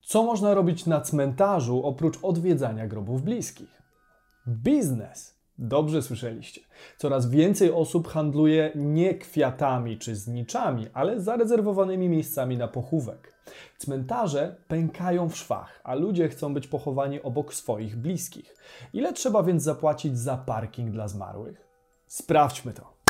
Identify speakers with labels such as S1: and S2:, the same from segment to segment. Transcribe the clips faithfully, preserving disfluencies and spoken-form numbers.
S1: Co można robić na cmentarzu oprócz odwiedzania grobów bliskich? Biznes! Dobrze słyszeliście. Coraz więcej osób handluje nie kwiatami czy zniczami, ale zarezerwowanymi miejscami na pochówek. Cmentarze pękają w szwach, a ludzie chcą być pochowani obok swoich bliskich. Ile trzeba więc zapłacić za parking dla zmarłych? Sprawdźmy to.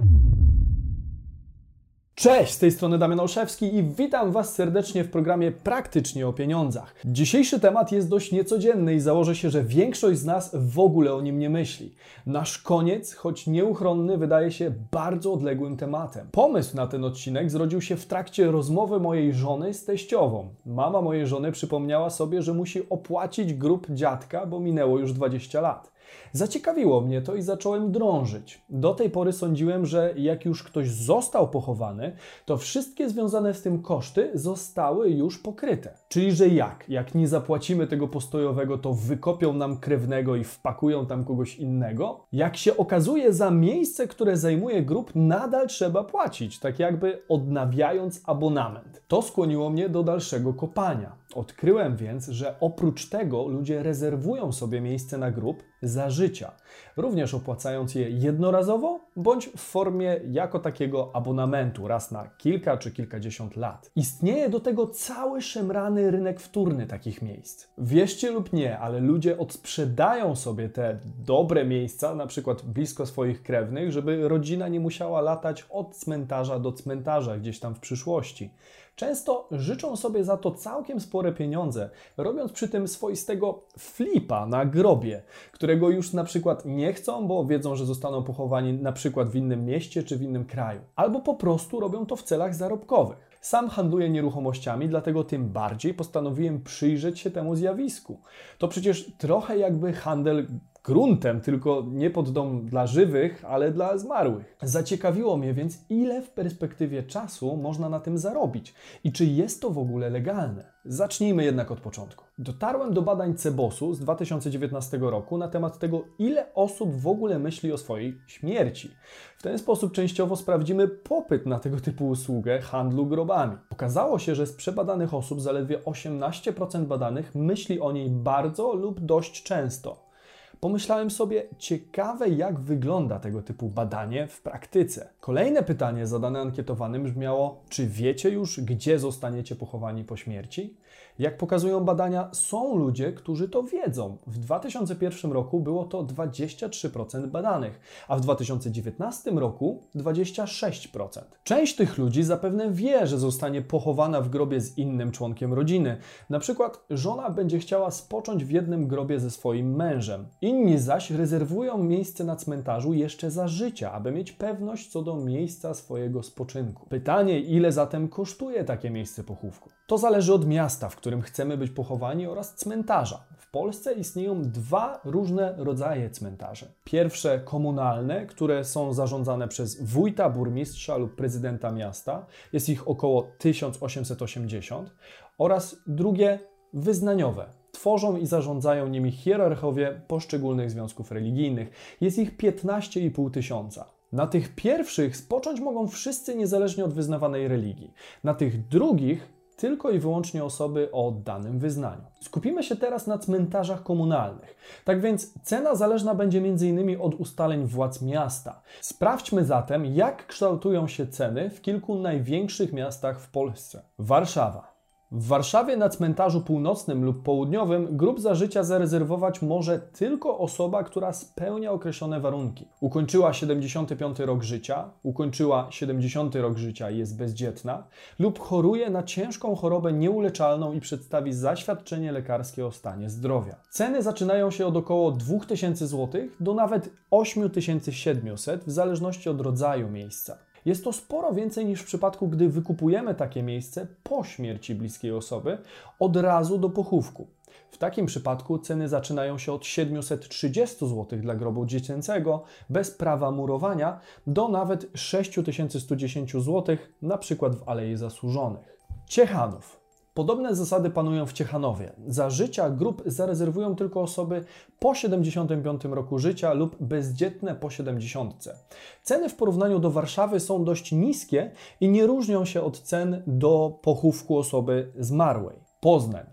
S1: Cześć, z tej strony Damian Olszewski i witam Was serdecznie w programie Praktycznie o pieniądzach. Dzisiejszy temat jest dość niecodzienny i założę się, że większość z nas w ogóle o nim nie myśli. Nasz koniec, choć nieuchronny, wydaje się bardzo odległym tematem. Pomysł na ten odcinek zrodził się w trakcie rozmowy mojej żony z teściową. Mama mojej żony przypomniała sobie, że musi opłacić grób dziadka, bo minęło już dwadzieścia lat. Zaciekawiło mnie to i zacząłem drążyć. Do tej pory sądziłem, że jak już ktoś został pochowany, to wszystkie związane z tym koszty zostały już pokryte. Czyli, że jak? Jak nie zapłacimy tego postojowego, to wykopią nam krewnego i wpakują tam kogoś innego? Jak się okazuje, za miejsce, które zajmuje grób, nadal trzeba płacić, tak jakby odnawiając abonament. To skłoniło mnie do dalszego kopania. Odkryłem więc, że oprócz tego ludzie rezerwują sobie miejsce na grób za życia, również opłacając je jednorazowo bądź w formie jako takiego abonamentu raz na kilka czy kilkadziesiąt lat. Istnieje do tego cały szemrany rynek wtórny takich miejsc. Wierzcie lub nie, ale ludzie odsprzedają sobie te dobre miejsca, na przykład blisko swoich krewnych, żeby rodzina nie musiała latać od cmentarza do cmentarza gdzieś tam w przyszłości. Często życzą sobie za to całkiem spore pieniądze, robiąc przy tym swoistego flipa na grobie, którego już na przykład nie chcą, bo wiedzą, że zostaną pochowani na przykład w innym mieście czy w innym kraju. Albo po prostu robią to w celach zarobkowych. Sam handluję nieruchomościami, dlatego tym bardziej postanowiłem przyjrzeć się temu zjawisku. To przecież trochę jakby handel gruntem, tylko nie pod dom dla żywych, ale dla zmarłych. Zaciekawiło mnie więc, ile w perspektywie czasu można na tym zarobić i czy jest to w ogóle legalne. Zacznijmy jednak od początku. Dotarłem do badań Cebosu z dwa tysiące dziewiętnastego roku na temat tego, ile osób w ogóle myśli o swojej śmierci. W ten sposób częściowo sprawdzimy popyt na tego typu usługę handlu grobami. Okazało się, że z przebadanych osób zaledwie osiemnaście procent badanych myśli o niej bardzo lub dość często. Pomyślałem sobie, ciekawe jak wygląda tego typu badanie w praktyce. Kolejne pytanie zadane ankietowanym brzmiało, czy wiecie już, gdzie zostaniecie pochowani po śmierci? Jak pokazują badania, są ludzie, którzy to wiedzą. W dwa tysiące pierwszym roku było to dwadzieścia trzy procent badanych, a w dwa tysiące dziewiętnastym roku dwadzieścia sześć procent. Część tych ludzi zapewne wie, że zostanie pochowana w grobie z innym członkiem rodziny. Na przykład żona będzie chciała spocząć w jednym grobie ze swoim mężem. Inni zaś rezerwują miejsce na cmentarzu jeszcze za życia, aby mieć pewność co do miejsca swojego spoczynku. Pytanie, ile zatem kosztuje takie miejsce pochówku? To zależy od miasta, w którym chcemy być pochowani oraz cmentarza. W Polsce istnieją dwa różne rodzaje cmentarzy. Pierwsze komunalne, które są zarządzane przez wójta, burmistrza lub prezydenta miasta. Jest ich około tysiąc osiemset osiemdziesiąt. Oraz drugie wyznaniowe. Tworzą i zarządzają nimi hierarchowie poszczególnych związków religijnych. Jest ich piętnaście i pół tysiąca. Na tych pierwszych spocząć mogą wszyscy niezależnie od wyznawanej religii. Na tych drugich tylko i wyłącznie osoby o danym wyznaniu. Skupimy się teraz na cmentarzach komunalnych. Tak więc cena zależna będzie między innymi od ustaleń władz miasta. Sprawdźmy zatem, jak kształtują się ceny w kilku największych miastach w Polsce. Warszawa. W Warszawie na cmentarzu północnym lub południowym grób za życia zarezerwować może tylko osoba, która spełnia określone warunki. Ukończyła siedemdziesiąty piąty rok życia, ukończyła siedemdziesiąty rok życia i jest bezdzietna lub choruje na ciężką chorobę nieuleczalną i przedstawi zaświadczenie lekarskie o stanie zdrowia. Ceny zaczynają się od około dwa tysiące złotych do nawet osiem tysięcy siedemset w zależności od rodzaju miejsca. Jest to sporo więcej niż w przypadku, gdy wykupujemy takie miejsce po śmierci bliskiej osoby od razu do pochówku. W takim przypadku ceny zaczynają się od siedemset trzydzieści złotych dla grobu dziecięcego bez prawa murowania do nawet sześć tysięcy sto dziesięć złotych, na przykład w Alei Zasłużonych. Ciechanów. Podobne zasady panują w Ciechanowie. Za życia grób zarezerwują tylko osoby po siedemdziesiątym piątym roku życia lub bezdzietne po siedemdziesiątce. Ceny w porównaniu do Warszawy są dość niskie i nie różnią się od cen do pochówku osoby zmarłej. Poznań.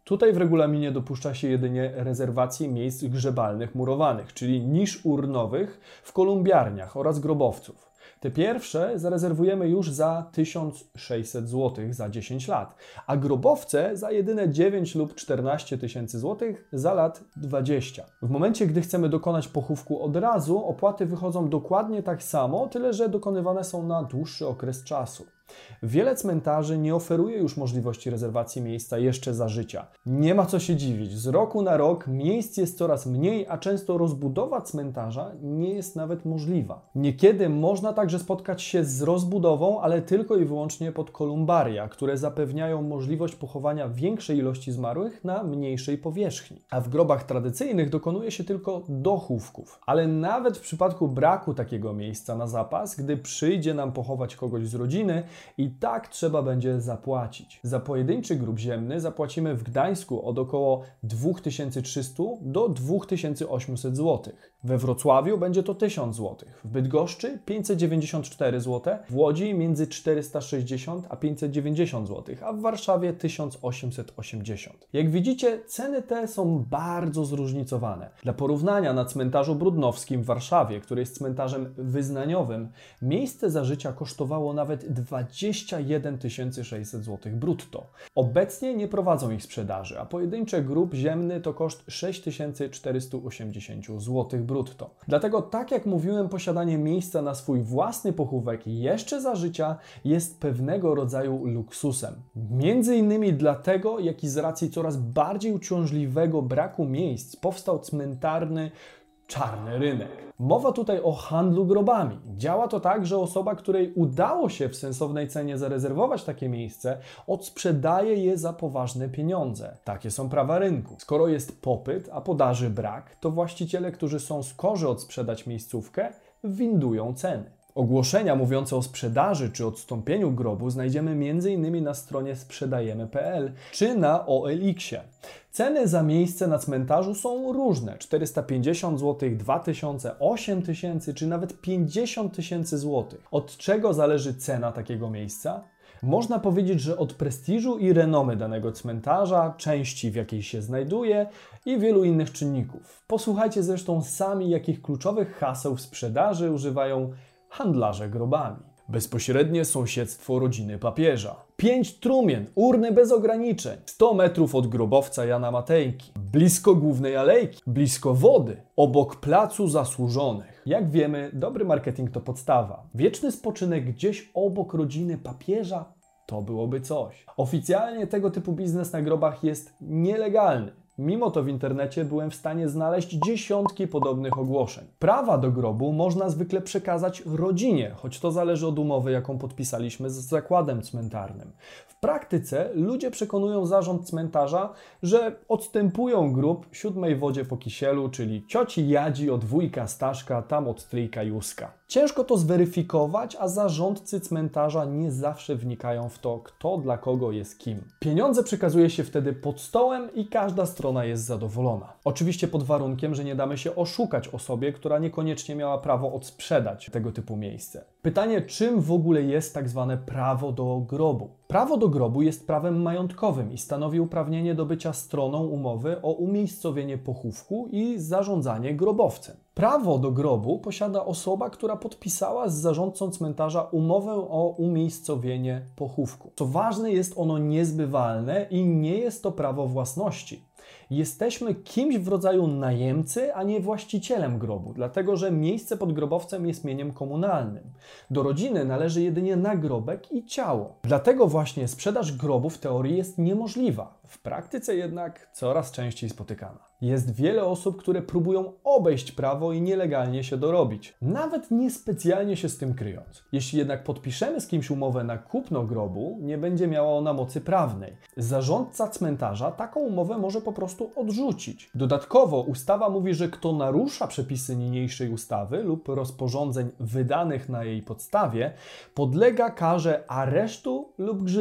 S1: Tutaj w regulaminie dopuszcza się jedynie rezerwację miejsc grzebalnych murowanych, czyli nisz urnowych w kolumbiarniach oraz grobowców. Te pierwsze zarezerwujemy już za tysiąc sześćset złotych za dziesięć lat, a grobowce za jedyne dziewięć lub czternaście tysięcy złotych za lat dwadzieścia. W momencie, gdy chcemy dokonać pochówku od razu, opłaty wychodzą dokładnie tak samo, tyle że dokonywane są na dłuższy okres czasu. Wiele cmentarzy nie oferuje już możliwości rezerwacji miejsca jeszcze za życia. Nie ma co się dziwić, z roku na rok miejsc jest coraz mniej, a często rozbudowa cmentarza nie jest nawet możliwa. Niekiedy można także spotkać się z rozbudową, ale tylko i wyłącznie pod kolumbaria, które zapewniają możliwość pochowania większej ilości zmarłych na mniejszej powierzchni. A w grobach tradycyjnych dokonuje się tylko dochówków. Ale nawet w przypadku braku takiego miejsca na zapas, gdy przyjdzie nam pochować kogoś z rodziny, i tak trzeba będzie zapłacić. Za pojedynczy grób ziemny zapłacimy w Gdańsku od około dwa tysiące trzysta do dwa tysiące osiemset złotych. We Wrocławiu będzie to tysiąc złotych, w Bydgoszczy pięćset dziewięćdziesiąt cztery złote, w Łodzi między czterysta sześćdziesiąt a pięćset dziewięćdziesiąt złotych, a w Warszawie tysiąc osiemset osiemdziesiąt. Jak widzicie, ceny te są bardzo zróżnicowane. Dla porównania, na cmentarzu brudnowskim w Warszawie, który jest cmentarzem wyznaniowym, miejsce za życia kosztowało nawet dwadzieścia jeden tysięcy sześćset złotych brutto. Obecnie nie prowadzą ich sprzedaży, a pojedynczy grób ziemny to koszt sześć tysięcy czterysta osiemdziesiąt złotych brutto. Dlatego, tak jak mówiłem, posiadanie miejsca na swój własny pochówek jeszcze za życia jest pewnego rodzaju luksusem. Między innymi dlatego, jak i z racji coraz bardziej uciążliwego braku miejsc powstał cmentarny czarny rynek. Mowa tutaj o handlu grobami. Działa to tak, że osoba, której udało się w sensownej cenie zarezerwować takie miejsce, odsprzedaje je za poważne pieniądze. Takie są prawa rynku. Skoro jest popyt, a podaży brak, to właściciele, którzy są skorzy odsprzedać miejscówkę, windują ceny. Ogłoszenia mówiące o sprzedaży czy odstąpieniu grobu znajdziemy między innymi na stronie sprzedajemy kropka p l czy na O L X-ie. Ceny za miejsce na cmentarzu są różne. czterysta pięćdziesiąt złotych, dwa tysiące, osiem tysięcy czy nawet pięćdziesiąt tysięcy złotych. Od czego zależy cena takiego miejsca? Można powiedzieć, że od prestiżu i renomy danego cmentarza, części w jakiej się znajduje i wielu innych czynników. Posłuchajcie zresztą sami, jakich kluczowych haseł w sprzedaży używają handlarze grobami. Bezpośrednie sąsiedztwo rodziny papieża. Pięć trumien, urny bez ograniczeń. sto metrów od grobowca Jana Matejki. Blisko głównej alejki. Blisko wody. Obok placu zasłużonych. Jak wiemy, dobry marketing to podstawa. Wieczny spoczynek gdzieś obok rodziny papieża to byłoby coś. Oficjalnie tego typu biznes na grobach jest nielegalny. Mimo to w internecie byłem w stanie znaleźć dziesiątki podobnych ogłoszeń. Prawa do grobu można zwykle przekazać rodzinie, choć to zależy od umowy, jaką podpisaliśmy z zakładem cmentarnym. W praktyce ludzie przekonują zarząd cmentarza, że odstępują grób siódmej wodzie po kisielu, czyli cioci Jadzi od wujka Staszka, tam od stryjka Józka. Ciężko to zweryfikować, a zarządcy cmentarza nie zawsze wnikają w to, kto dla kogo jest kim. Pieniądze przekazuje się wtedy pod stołem i każda strona jest zadowolona. Oczywiście pod warunkiem, że nie damy się oszukać osobie, która niekoniecznie miała prawo odsprzedać tego typu miejsce. Pytanie, czym w ogóle jest tak zwane prawo do grobu? Prawo do grobu jest prawem majątkowym i stanowi uprawnienie do bycia stroną umowy o umiejscowienie pochówku i zarządzanie grobowcem. Prawo do grobu posiada osoba, która podpisała z zarządcą cmentarza umowę o umiejscowienie pochówku. Co ważne, jest ono niezbywalne i nie jest to prawo własności. Jesteśmy kimś w rodzaju najemcy, a nie właścicielem grobu, dlatego że miejsce pod grobowcem jest mieniem komunalnym. Do rodziny należy jedynie nagrobek i ciało. Dlatego właśnie sprzedaż grobu w teorii jest niemożliwa, w praktyce jednak coraz częściej spotykana. Jest wiele osób, które próbują obejść prawo i nielegalnie się dorobić, nawet niespecjalnie się z tym kryjąc. Jeśli jednak podpiszemy z kimś umowę na kupno grobu, nie będzie miała ona mocy prawnej. Zarządca cmentarza taką umowę może po prostu odrzucić. Dodatkowo ustawa mówi, że kto narusza przepisy niniejszej ustawy lub rozporządzeń wydanych na jej podstawie, podlega karze aresztu lub grzywny.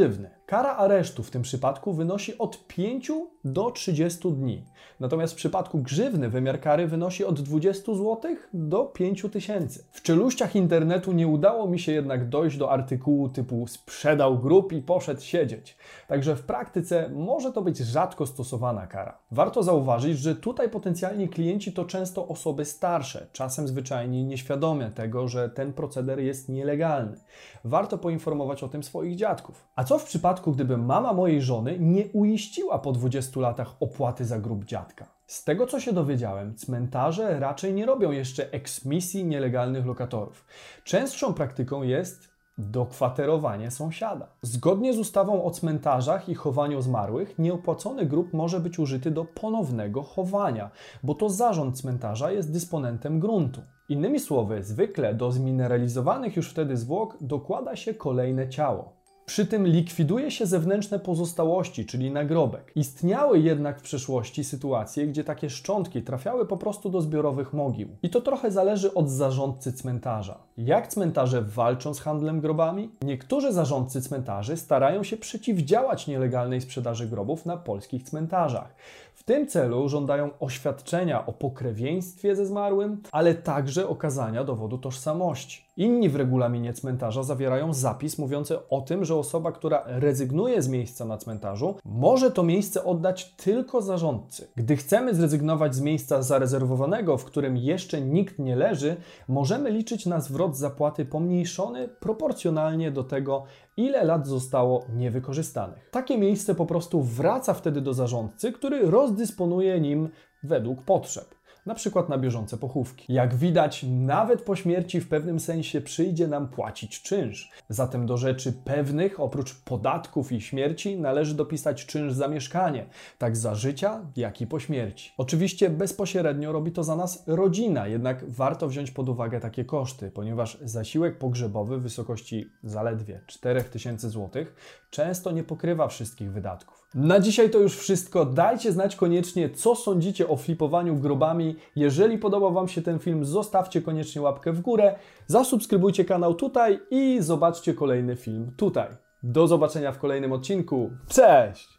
S1: Kara aresztu w tym przypadku wynosi od pięciu do trzydziestu dni. Natomiast w przypadku grzywny wymiar kary wynosi od dwudziestu złotych do pięciu tysięcy. W czeluściach internetu nie udało mi się jednak dojść do artykułu typu sprzedał grób i poszedł siedzieć. Także w praktyce może to być rzadko stosowana kara. Warto zauważyć, że tutaj potencjalni klienci to często osoby starsze, czasem zwyczajnie nieświadome tego, że ten proceder jest nielegalny. Warto poinformować o tym swoich dziadków. A co w przypadku, gdyby mama mojej żony nie uiściła po dwudziestu latach opłaty za grób dziadka? Z tego, co się dowiedziałem, cmentarze raczej nie robią jeszcze eksmisji nielegalnych lokatorów. Częstszą praktyką jest dokwaterowanie sąsiada. Zgodnie z ustawą o cmentarzach i chowaniu zmarłych, nieopłacony grób może być użyty do ponownego chowania, bo to zarząd cmentarza jest dysponentem gruntu. Innymi słowy, zwykle do zmineralizowanych już wtedy zwłok dokłada się kolejne ciało. Przy tym likwiduje się zewnętrzne pozostałości, czyli nagrobek. Istniały jednak w przeszłości sytuacje, gdzie takie szczątki trafiały po prostu do zbiorowych mogił. I to trochę zależy od zarządcy cmentarza. Jak cmentarze walczą z handlem grobami? Niektórzy zarządcy cmentarzy starają się przeciwdziałać nielegalnej sprzedaży grobów na polskich cmentarzach. W tym celu żądają oświadczenia o pokrewieństwie ze zmarłym, ale także okazania dowodu tożsamości. Inni w regulaminie cmentarza zawierają zapis mówiący o tym, że osoba, która rezygnuje z miejsca na cmentarzu, może to miejsce oddać tylko zarządcy. Gdy chcemy zrezygnować z miejsca zarezerwowanego, w którym jeszcze nikt nie leży, możemy liczyć na zwrot zapłaty pomniejszony proporcjonalnie do tego, ile lat zostało niewykorzystanych. Takie miejsce po prostu wraca wtedy do zarządcy, który rozdysponuje nim według potrzeb. Na przykład na bieżące pochówki. Jak widać, nawet po śmierci w pewnym sensie przyjdzie nam płacić czynsz. Zatem do rzeczy pewnych, oprócz podatków i śmierci, należy dopisać czynsz za mieszkanie, tak za życia, jak i po śmierci. Oczywiście bezpośrednio robi to za nas rodzina, jednak warto wziąć pod uwagę takie koszty, ponieważ zasiłek pogrzebowy w wysokości zaledwie czterech tysięcy złotych często nie pokrywa wszystkich wydatków. Na dzisiaj to już wszystko. Dajcie znać koniecznie, co sądzicie o flipowaniu grobami. Jeżeli podobał Wam się ten film, zostawcie koniecznie łapkę w górę, zasubskrybujcie kanał tutaj i zobaczcie kolejny film tutaj. Do zobaczenia w kolejnym odcinku. Cześć!